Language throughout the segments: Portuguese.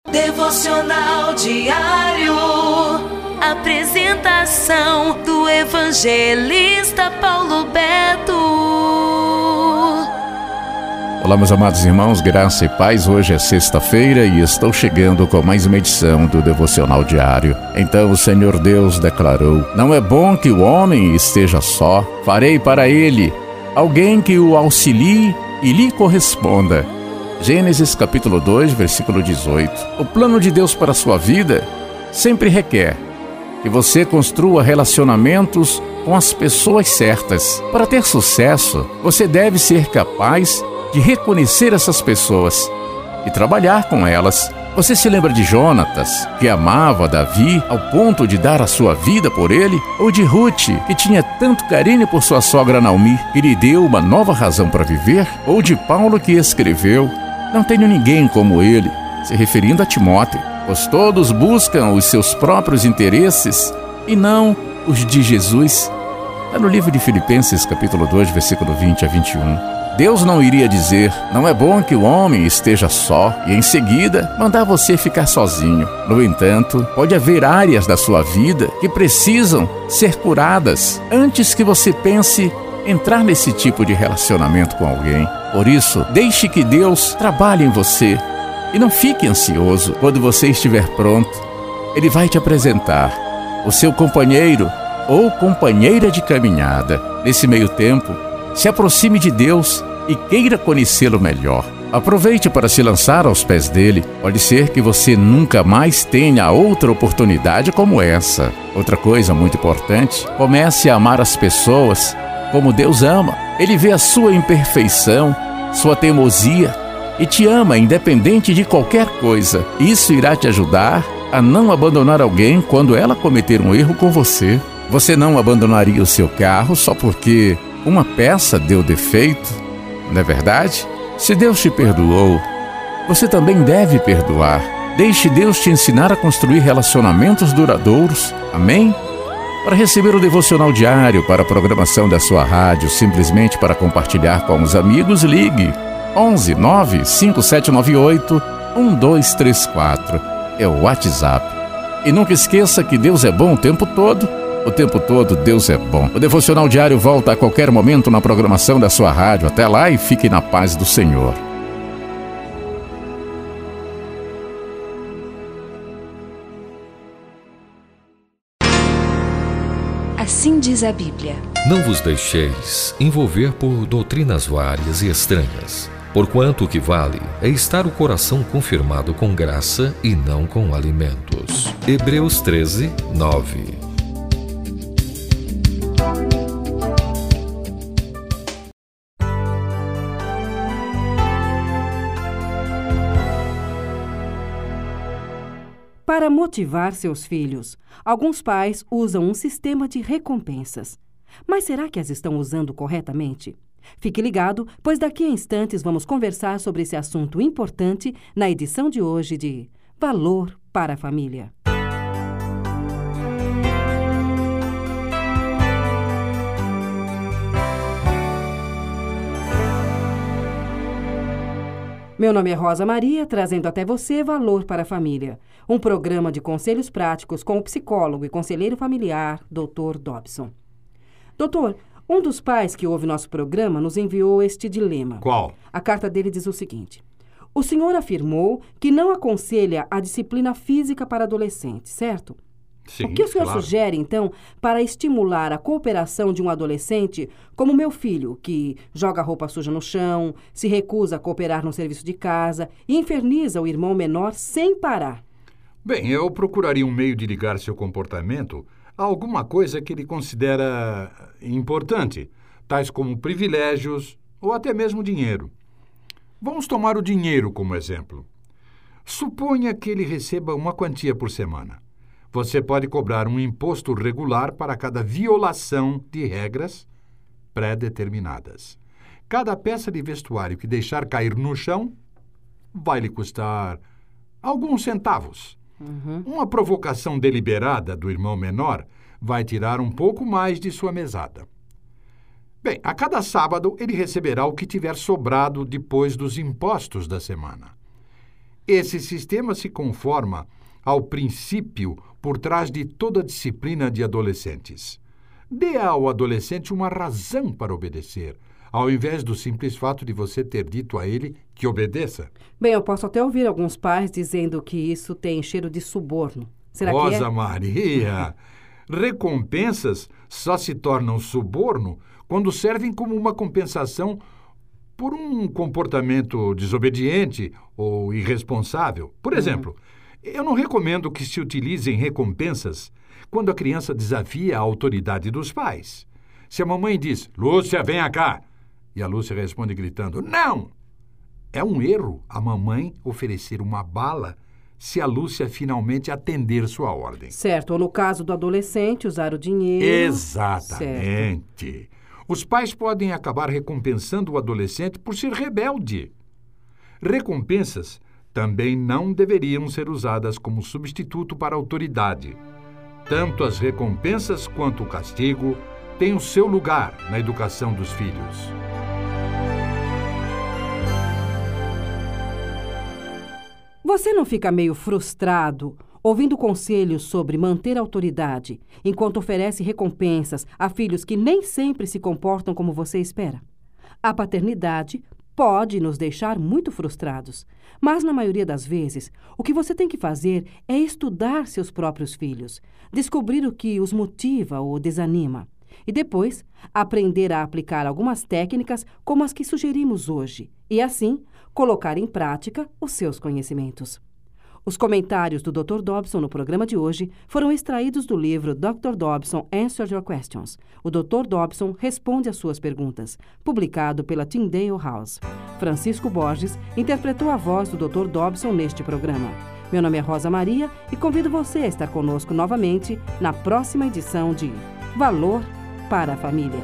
Devocional diário. Apresentação do evangelista Paulo Beto. Olá, meus amados irmãos, graça e paz. Hoje é sexta-feira e estou chegando com mais uma edição do Devocional Diário. Então o Senhor Deus declarou: não é bom que o homem esteja só. Farei para ele alguém que o auxilie e lhe corresponda. Gênesis capítulo 2, versículo 18. O plano de Deus para a sua vida sempre requer que você construa relacionamentos com as pessoas certas. Para ter sucesso, você deve ser capaz de reconhecer essas pessoas e trabalhar com elas. Você se lembra de Jonatas, que amava Davi ao ponto de dar a sua vida por ele? Ou de Ruth, que tinha tanto carinho por sua sogra Naomi, que lhe deu uma nova razão para viver? Ou de Paulo, que escreveu: não tenho ninguém como ele, se referindo a Timóteo, pois todos buscam os seus próprios interesses e não os de Jesus. Está no livro de Filipenses, capítulo 2, versículo 20 a 21. Deus não iria dizer: não é bom que o homem esteja só, e em seguida mandar você ficar sozinho. No entanto, pode haver áreas da sua vida que precisam ser curadas antes que você pense entrar nesse tipo de relacionamento com alguém. Por isso, deixe que Deus trabalhe em você e não fique ansioso. Quando você estiver pronto, Ele vai te apresentar o seu companheiro ou companheira de caminhada. Nesse meio tempo, se aproxime de Deus e queira conhecê-lo melhor. Aproveite para se lançar aos pés dele. Pode ser que você nunca mais tenha outra oportunidade como essa. Outra coisa muito importante: comece a amar as pessoas como Deus ama. Ele vê a sua imperfeição, sua teimosia e te ama independente de qualquer coisa. Isso irá te ajudar a não abandonar alguém quando ela cometer um erro com você. Você não abandonaria o seu carro só porque uma peça deu defeito, não é verdade? Se Deus te perdoou, você também deve perdoar. Deixe Deus te ensinar a construir relacionamentos duradouros. Amém? Para receber o devocional diário para a programação da sua rádio, simplesmente para compartilhar com os amigos, ligue 11 95798 1234. É o WhatsApp. E nunca esqueça que Deus é bom o tempo todo. O tempo todo Deus é bom. O devocional diário volta a qualquer momento na programação da sua rádio. Até lá e fique na paz do Senhor. Assim diz a Bíblia: não vos deixeis envolver por doutrinas várias e estranhas, porquanto o que vale é estar o coração confirmado com graça e não com alimentos. Hebreus 13, 9. Para motivar seus filhos, alguns pais usam um sistema de recompensas. Mas será que as estão usando corretamente? Fique ligado, pois daqui a instantes vamos conversar sobre esse assunto importante na edição de hoje de Valor para a Família. Meu nome é Rosa Maria, trazendo até você Valor para a Família, um programa de conselhos práticos com o psicólogo e conselheiro familiar, Dr. Dobson. Doutor, um dos pais que ouve nosso programa nos enviou este dilema. Qual? A carta dele diz o seguinte: o senhor afirmou que não aconselha a disciplina física para adolescentes, certo? Sim, o que o senhor claro. sugere, então, para estimular a cooperação de um adolescente como meu filho, que joga roupa suja no chão, se recusa a cooperar no serviço de casa e inferniza o irmão menor sem parar? Bem, eu procuraria um meio de ligar seu comportamento a alguma coisa que ele considera importante, tais como privilégios ou até mesmo dinheiro. Vamos tomar o dinheiro como exemplo. Suponha que ele receba uma quantia por semana. Você pode cobrar um imposto regular para cada violação de regras pré-determinadas. Cada peça de vestuário que deixar cair no chão vai lhe custar alguns centavos. Uma provocação deliberada do irmão menor vai tirar um pouco mais de sua mesada. Bem, a cada sábado ele receberá o que tiver sobrado depois dos impostos da semana. Esse sistema se conforma ao princípio por trás de toda a disciplina de adolescentes. Dê ao adolescente uma razão para obedecer, ao invés do simples fato de você ter dito a ele que obedeça. Bem, eu posso até ouvir alguns pais dizendo que isso tem cheiro de suborno. Será que é? Rosa Maria, recompensas só se tornam suborno quando servem como uma compensação por um comportamento desobediente ou irresponsável. Por exemplo, eu não recomendo que se utilizem recompensas quando a criança desafia a autoridade dos pais. Se a mamãe diz, Lúcia, venha cá, e a Lúcia responde gritando, não! É um erro a mamãe oferecer uma bala se a Lúcia finalmente atender sua ordem. Certo, ou no caso do adolescente, usar o dinheiro... Exatamente. Certo. Os pais podem acabar recompensando o adolescente por ser rebelde. Recompensas também não deveriam ser usadas como substituto para a autoridade. Tanto as recompensas quanto o castigo têm o seu lugar na educação dos filhos. Você não fica meio frustrado ouvindo conselhos sobre manter a autoridade, enquanto oferece recompensas a filhos que nem sempre se comportam como você espera? A paternidade pode nos deixar muito frustrados, mas na maioria das vezes, o que você tem que fazer é estudar seus próprios filhos, descobrir o que os motiva ou desanima, e depois aprender a aplicar algumas técnicas como as que sugerimos hoje, e assim colocar em prática os seus conhecimentos. Os comentários do Dr. Dobson no programa de hoje foram extraídos do livro Dr. Dobson Answers Your Questions. O Dr. Dobson responde às suas perguntas, publicado pela Tyndale House. Francisco Borges interpretou a voz do Dr. Dobson neste programa. Meu nome é Rosa Maria e convido você a estar conosco novamente na próxima edição de Valor para a Família.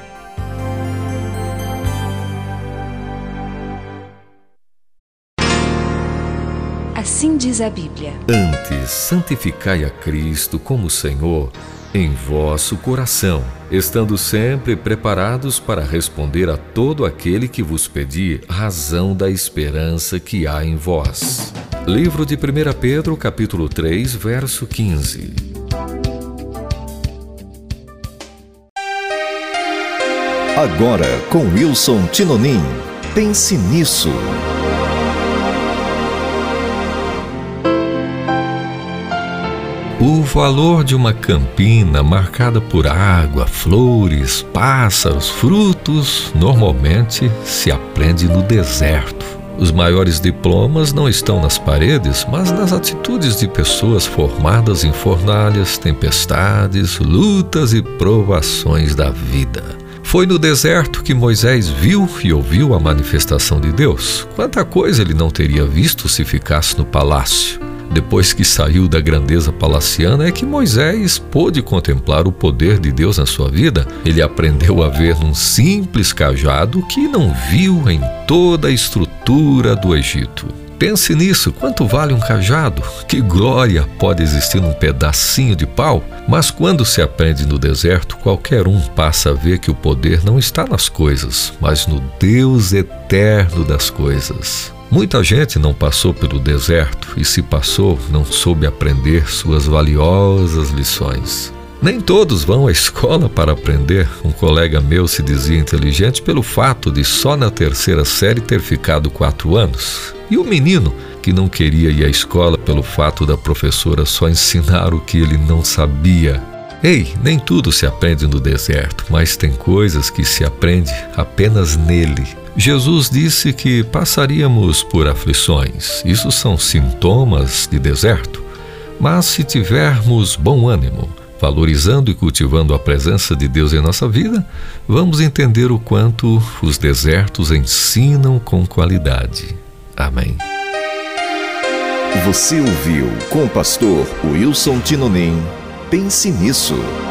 Assim diz a Bíblia. Antes, santificai a Cristo como Senhor em vosso coração, estando sempre preparados para responder a todo aquele que vos pedir razão da esperança que há em vós. Livro de 1 Pedro, capítulo 3, verso 15. Agora, com Wilson Tinonim. Pense nisso. O valor de uma campina marcada por água, flores, pássaros, frutos, normalmente se aprende no deserto. Os maiores diplomas não estão nas paredes, mas nas atitudes de pessoas formadas em fornalhas, tempestades, lutas e provações da vida. Foi no deserto que Moisés viu e ouviu a manifestação de Deus. Quanta coisa ele não teria visto se ficasse no palácio. Depois que saiu da grandeza palaciana é que Moisés pôde contemplar o poder de Deus na sua vida. Ele aprendeu a ver num simples cajado que não viu em toda a estrutura do Egito. Pense nisso, quanto vale um cajado? Que glória pode existir num pedacinho de pau? Mas quando se aprende no deserto, qualquer um passa a ver que o poder não está nas coisas, mas no Deus eterno das coisas. Muita gente não passou pelo deserto e, se passou, não soube aprender suas valiosas lições. Nem todos vão à escola para aprender. Um colega meu se dizia inteligente pelo fato de só na 3ª série ter ficado 4 anos. E o menino que não queria ir à escola pelo fato da professora só ensinar o que ele não sabia. Ei, nem tudo se aprende no deserto, mas tem coisas que se aprende apenas nele. Jesus disse que passaríamos por aflições. Isso são sintomas de deserto. Mas se tivermos bom ânimo, valorizando e cultivando a presença de Deus em nossa vida, vamos entender o quanto os desertos ensinam com qualidade. Amém. Você ouviu com o pastor Wilson Tinonim. Pense nisso.